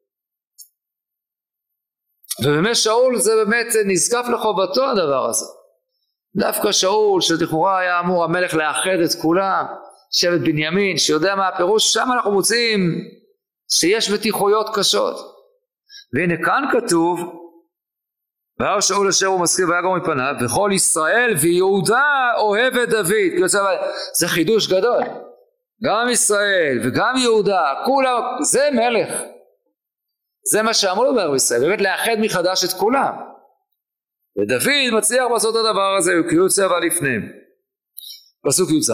ובאמת שאול זה באמת נזקף לחובתו הדבר הזה. דווקא שאול שלכאורה היה אמור המלך לאחד את כולם, שבט בנימין שיודע מה הפירוש, שם אנחנו מוצאים שיש מתיחויות קשות. והנה כאן כתוב, וירא שאול אשר הוא משכיל ויגור מפניו וכל ישראל ויהודה אוהב את דוד. זה חידוש גדול, גם ישראל וגם יהודה כולם, זה מלך, זה מה שאמרו לו בישראל, באמת לאחד מחדש את כולם. ודוד מצליח לעשות את הדבר הזה כי הוא יוצא הבא לפניהם. פסוק י"ז.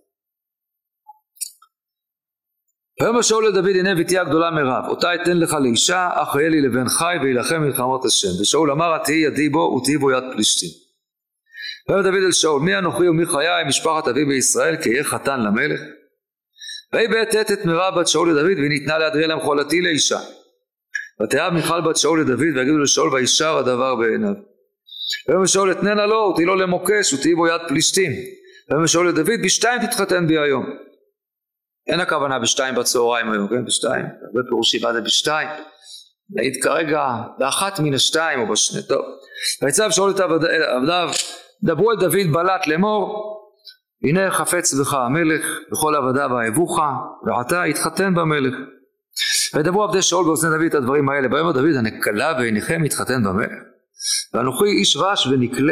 ויאמר שאול לדוד, הנה ביתי הגדולה מרב, אותה אתן לך לאישה, אך יהיה לי לבן חי וילחם מלחמות השם. ושאול אמר, תהי ידי בו ותהי בו יד פלישתים. ויאמר דוד אל שאול, מי אנוכי ומי חיי משפחת אבי בישראל, כי יהיה חתן למלך? ויהי בעת עת את מרב בת שאול לדוד, והיא ניתנה לאדריאל המחולתי לאישה. ותאהב מיכל בת שאול לדוד, ויגידו לשאול וישר הדבר בעיניו. ויאמר שאול אתננה לו ותהי לו למוקש ותהי בו יד פלישתים. ויאמר שאול לדוד, בשתיים תתחתן בי היום. אין הכוונה בשתיים בצהריים היום, כן? בשתיים, הרבה פירושים מה זה בשתיים, להעיד כרגע באחת מן השתיים או בשני. טוב, ויצב שאול את עבדיו, דברו אל דוד בלט לאמור, הנה חפץ בך המלך וכל עבדיו אהבוך, ועתה יתחתן במלך. וידברו עבדי שאול באוזני דוד את הדברים האלה. ויאמר דוד, הנקלה בעיניכם יתחתן במלך, ואנוכי איש רש ונקלה.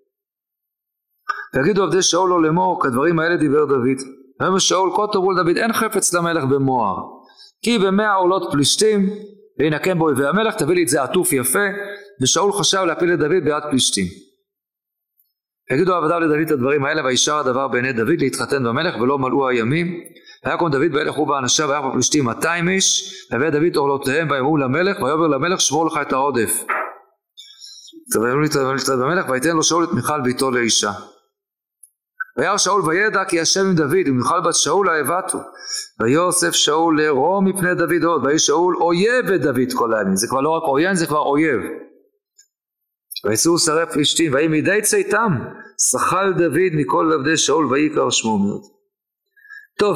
ויגידו עבדי שאול לו לאמור, כדברים האלה דיבר דוד. ויאמר שאול, כה תאמרו לדוד, אין חפץ למלך במואר, כי ב100 עולות פלישתים וינקם באויבי המלך, תביא לי את זה עטוף יפה. ושאול חשב להפיל את דוד ביד פלישתים. יגידו עבדיו לדוד את הדברים האלה, וישר הדבר בעיני דוד להתחתן במלך, ולא מלאו הימים. ויקום דוד וילך הוא באנשיו ויך בפלישתים 200 איש, והביא דוד עורלותיהם ויאמרו למלך, ויאמר למלך שמור לך את העודף. ויאמרו להתחתן במלך, ויתן לו שאול את מיכל ביתו לאישה. וירא שאול וידע כי השם עם דוד ומיכל בת שאול אהבתו. ויוסף שאול לערום מפני דוד עוד, ויהי שאול אויב את דוד כל הימים. זה כבר לא רק עוין, זה כבר אויב. ויצאו שרי פלישתים, ויהי מידי צאתם שחל דוד מכל עבדי שאול ויקרא שמו מאוד. טוב,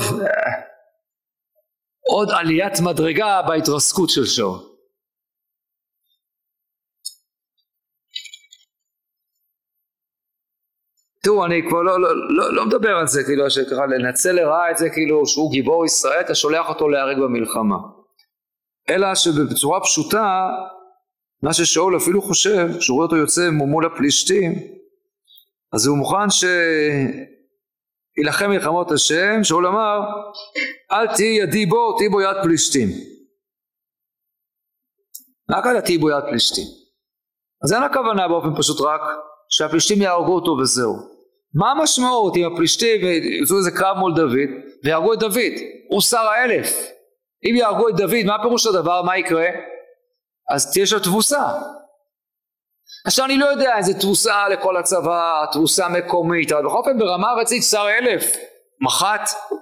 עוד עליית מדרגה בהתרסקות של שאול. תראו, אני כבר לא מדבר על זה, כאילו שככה לנצל לרעה את זה, כאילו שהוא גיבור ישראל, אתה שולח אותו להיהרג במלחמה. אלא שבצורה פשוטה, מה ששאול אפילו חושב, כשהוא רואה אותו יוצא מול הפלישתים, אז הוא מוכן שילחם מלחמות השם. שאול אמר, אל תהי ידי בו, תהי בו יד פלישתים. רק אל תהי בו יד פלישתים. אז אין הכוונה באופן פשוט רק שהפלישתים יהרגו אותו וזהו. מה המשמעות אם הפלישתים יצאו איזה קרב מול דוד ויהרגו את דוד? הוא שר האלף. אם יהרגו את דוד, מה פירוש הדבר? מה יקרה? אז תהיה שם תבוסה. עכשיו אני לא יודע איזה תבוסה לכל הצבא, תבוסה מקומית, אבל בכל פעם ברמה ארצית שר אלף, מח"ט.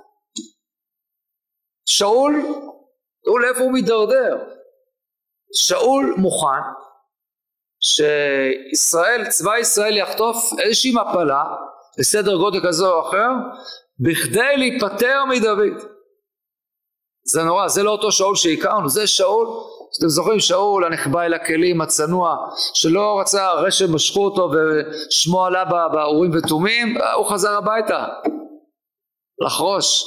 שאול, תראו לאיפה הוא מתדרדר. שאול מוכן שישראל, צבא ישראל יחטוף איזושהי מפלה בסדר גודל כזה או אחר בכדי להיפטר מדוד. זה נורא, זה לא אותו שאול שהכרנו, זה שאול אתם זוכרים שאול הנחבא אל הכלים הצנוע שלא רצה רשם משכו אותו ושמו עלה באורים ותומים, הוא חזר הביתה לחרוש,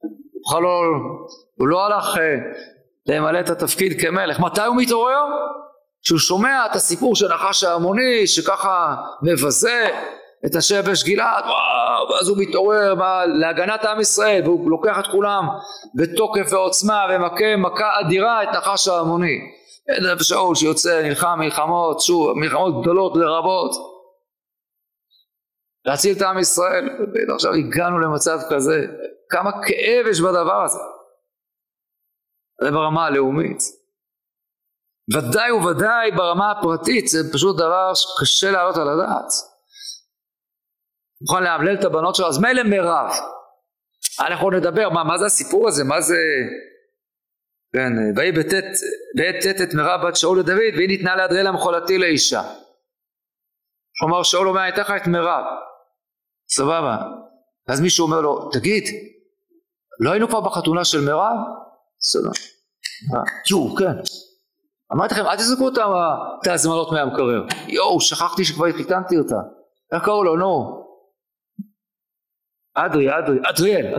הוא לא הלך למלא את התפקיד כמלך. מתי הוא מתעורר? שהוא שומע את הסיפור של נחש העמוני שככה מבזה את אנשי יבש גלעד, ואז הוא מתעורר להגנת עם ישראל והוא לוקח את כולם בתוקף ועוצמה ומכה מכה אדירה את נחש העמוני. שאול שיוצא נלחם מלחמות, שוב מלחמות גדולות לרבות להציל את עם ישראל, ועכשיו הגענו למצב כזה. כמה כאב יש בדבר הזה, זה ברמה הלאומית, ודאי וודאי ברמה הפרטית זה פשוט דבר שקשה לעלות על הדעת. מוכן להמלל את הבנות שלו, אז מילא מירב, אנחנו נדבר מה זה הסיפור הזה, מה זה, כן, ויהי בעת את מירב בת שאול לדוד, והיא ניתנה לאדריאל המחולתי לאישה. כלומר שאול אומר, הייתה לך את מירב, סבבה. אז מישהו אומר לו, תגיד, לא היינו כבר בחתונה של מירב? סבבה. כן. אמרתי לכם, אל תזכו אותם את ההזמנות מהמקרר. שכחתי שכבר חיתנתי אותה. איך קראו לו? נו. אדריאל.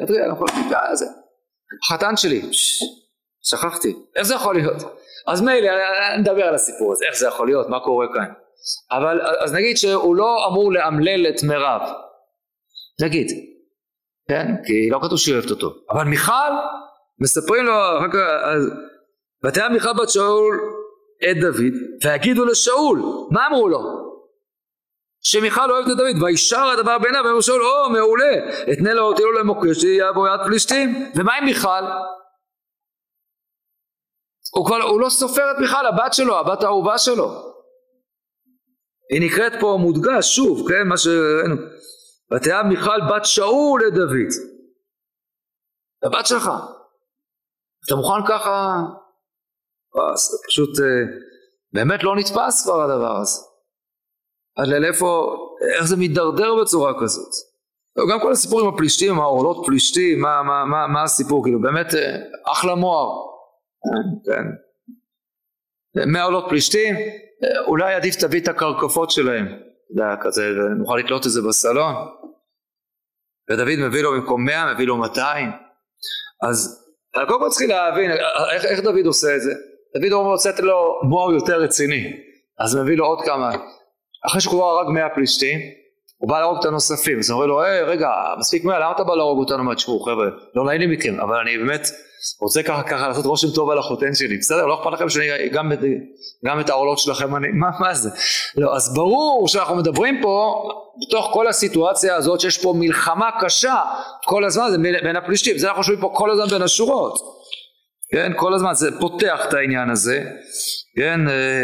החתן שלי. שכחתי. איך זה יכול להיות? אז מילא, נדבר על הסיפור הזה. איך זה יכול להיות? מה קורה כאן? אבל אז נגיד שהוא לא אמור לאמלל את מירב. נגיד. כן? כי לא כתוב שהיא אוהבת אותו. אבל מיכל, מספרים לו, ותהיה מיכל בת שאול את דוד, והגידו לשאול, מה אמרו לו? שמיכל אוהבת את דוד, וישר הדבר בעיניו, ואמרו שאול, מעולה, אתנה לו אותי לו למוקש, שיבוא יד פלישתים. ומה עם מיכל? הוא לא סופר את מיכל, הבת שלו, הבת האהובה שלו. היא נקראת פה מודגש, שוב, כן, מה שראינו. ותהיה מיכל בת שאול את דוד. הבת שלך. אתה מוכן ככה? זה פשוט באמת לא נתפס כבר הדבר הזה. עד לאיפה, איך זה מתדרדר בצורה כזאת. גם כל הסיפור עם הפלישתים, העורלות פלישתים, מה הסיפור, כאילו באמת אחלה מואר. כן. מהעורלות פלישתים, אולי עדיף תביא את הקרקפות שלהם, כזה, נוכל לקלוט את זה בסלון. ודוד מביא לו במקום 100, מביא לו 200. אז קודם כל צריכים להבין, איך דוד עושה את זה? דוד רוצה לתת לו מואר יותר רציני, אז מביא לו עוד כמה. אחרי שהוא כבר הרג 100 פלישתים, הוא בא להרוג את הנוספים, אז הוא אומר לו, רגע, מספיק 100, למה אתה בא להרוג אותנו? מה תשמעו, חבר'ה, לא נעים לי מכם, אבל אני באמת רוצה ככה לעשות רושם טוב על החותן שלי, בסדר? לא אכפת לכם שאני גם את העורלות שלכם, מה זה? לא, אז ברור שאנחנו מדברים פה, בתוך כל הסיטואציה הזאת, שיש פה מלחמה קשה, כל הזמן זה בין הפלישתים, זה אנחנו חושבים פה כל הזמן בין השורות, כן? כל הזמן זה פותח את העניין הזה, כן?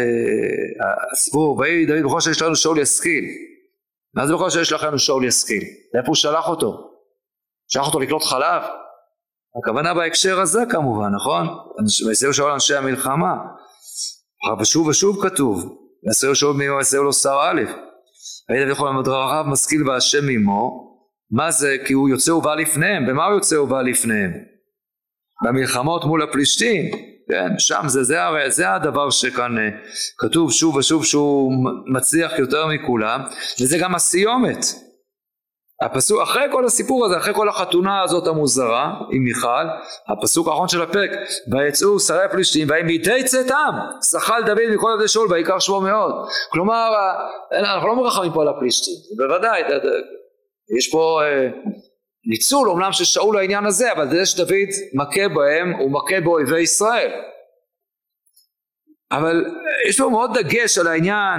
הסיפור, ויהי דוד בכל שיש לנו שאול ישכיל. מה זה בכל שיש לכם שאול ישכיל? לאיפה הוא שלח אותו? שלח אותו לקלוט חלב? הכוונה בהקשר הזה כמובן, נכון? ויסעו שאול אנשי המלחמה, ושוב ושוב כתוב, ויסעו שאול מימו ויסעו לו שר א', ויהי דוד בכל המדרריו משכיל והשם עמו. מה זה? כי הוא יוצא ובא לפניהם. במה הוא יוצא ובא לפניהם? במלחמות מול הפלישתים, כן? שם זה הדבר שכאן כתוב שוב ושוב שהוא מצליח יותר מכולם, וזה גם הסיומת. הפסוק, אחרי כל הסיפור הזה, אחרי כל החתונה הזאת המוזרה עם מיכל, הפסוק האחרון של הפרק, ויצאו שרי הפלישתים, ויהי מידי צאתם, שחל דוד מכל עבדי שאול, ויקר שמו מאוד. כלומר, אנחנו לא מרחמים פה על הפלישתים, בוודאי, יש פה ניצול אומנם של שאול לעניין הזה, אבל זה שדוד מכה בהם, הוא מכה באויבי ישראל. אבל יש פה מאוד דגש על העניין,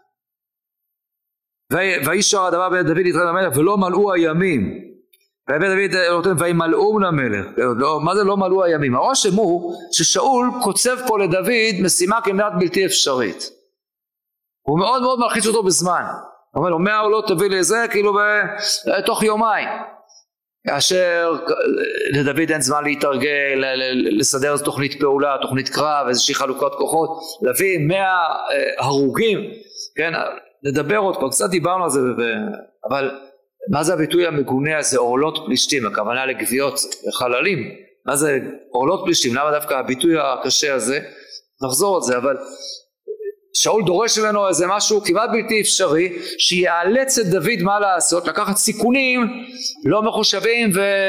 וישר הדבר בין דוד להתראה למלך, ולא מלאו הימים. ובית דוד נותן וימלאו למלך. מה זה לא מלאו הימים? הרושם הוא ששאול קוצב פה לדוד משימה כמעט בלתי אפשרית. הוא מאוד מאוד מלחיץ אותו בזמן. הוא אומר לו 100 עולות תביא לזה כאילו תוך יומיים. כאשר לדוד אין זמן להתארגל, לסדר תוכנית פעולה, תוכנית קרב, איזושהי חלוקת כוחות, להביא 100 הרוגים, כן? נדבר עוד פעם, קצת דיברנו על זה, אבל מה זה הביטוי המגונה הזה, עורלות פלישתים, הכוונה לגוויות חללים, מה זה עורלות פלישתים, למה דווקא הביטוי הקשה הזה? נחזור את זה, אבל שאול דורש ממנו איזה משהו כמעט בלתי אפשרי, שיאלץ את דוד מה לעשות, לקחת סיכונים לא מחושבים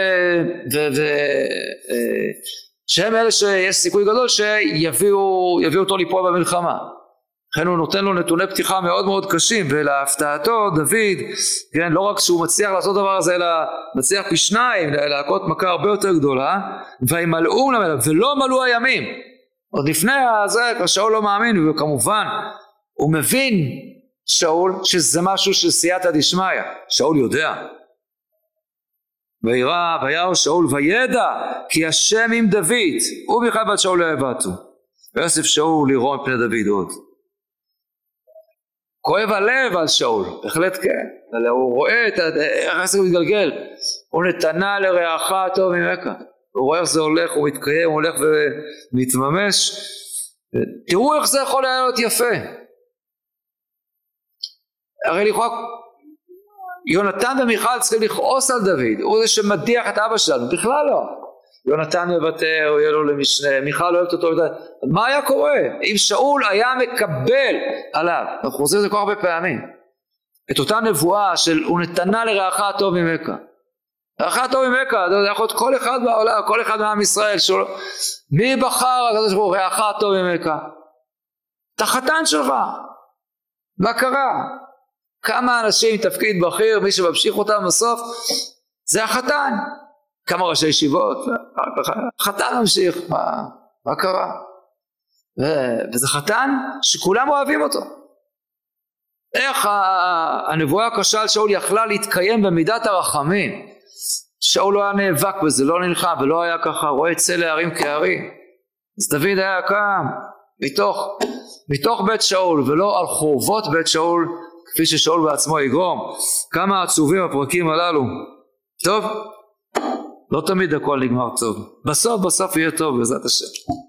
שהם אלה שיש סיכוי גדול שיביאו אותו ליפול במלחמה. לכן הוא נותן לו נתוני פתיחה מאוד מאוד קשים, ולהפתעתו דוד, כן, לא רק שהוא מצליח לעשות דבר הזה, אלא מצליח פי שניים להכות מכה הרבה יותר גדולה, וימלאו למלאו, ולא מלאו הימים. עוד לפני הזה, שאול לא מאמין, וכמובן הוא מבין שאול שזה משהו של סייעתא דשמיא, שאול יודע. וירא שאול וידע כי השם עם דוד, ובכלל בת שאול לא יבעטו. ויוסף שאול לירוא מפני דוד עוד. כואב הלב על שאול, בהחלט כן, אבל הוא רואה איך זה מתגלגל, הוא נתנה לרעך טוב ממך, הוא רואה איך זה הולך, הוא מתקיים, הוא הולך ומתממש, תראו איך זה יכול להיות יפה. הרי לכאורה יונתן ומיכל צריכים לכעוס על דוד, הוא זה שמדיח את אבא שלנו, בכלל לא. יונתן מבטא, הוא יהיה לו למשנה, מיכל אוהבת אותו, מה היה קורה אם שאול היה מקבל עליו? אנחנו חוזרים את זה כל הרבה פעמים, את אותה נבואה של הוא נתנה לרעך טוב ממך. רעך טוב ממך, זה יכול להיות כל אחד בעולם, כל אחד מעם ישראל, מי בחר רעך טוב ממך? את החתן שלך. מה קרה? כמה אנשים תפקיד בכיר, מי שממשיך אותם בסוף זה החתן. כמה ראשי ישיבות, חתן ממשיך, מה קרה? וזה חתן שכולם אוהבים אותו. איך הנבואה הקשה על שאול יכלה להתקיים במידת הרחמים? שאול לא היה נאבק בזה, לא נלחם, ולא היה ככה רואה צל ההרים כהרים. אז דוד היה קם מתוך בית שאול, ולא על חורבות בית שאול, כפי ששאול בעצמו יגרום. כמה עצובים הפרקים הללו. טוב? לא תמיד הכל נגמר טוב, בסוף יהיה טוב בעזרת השם.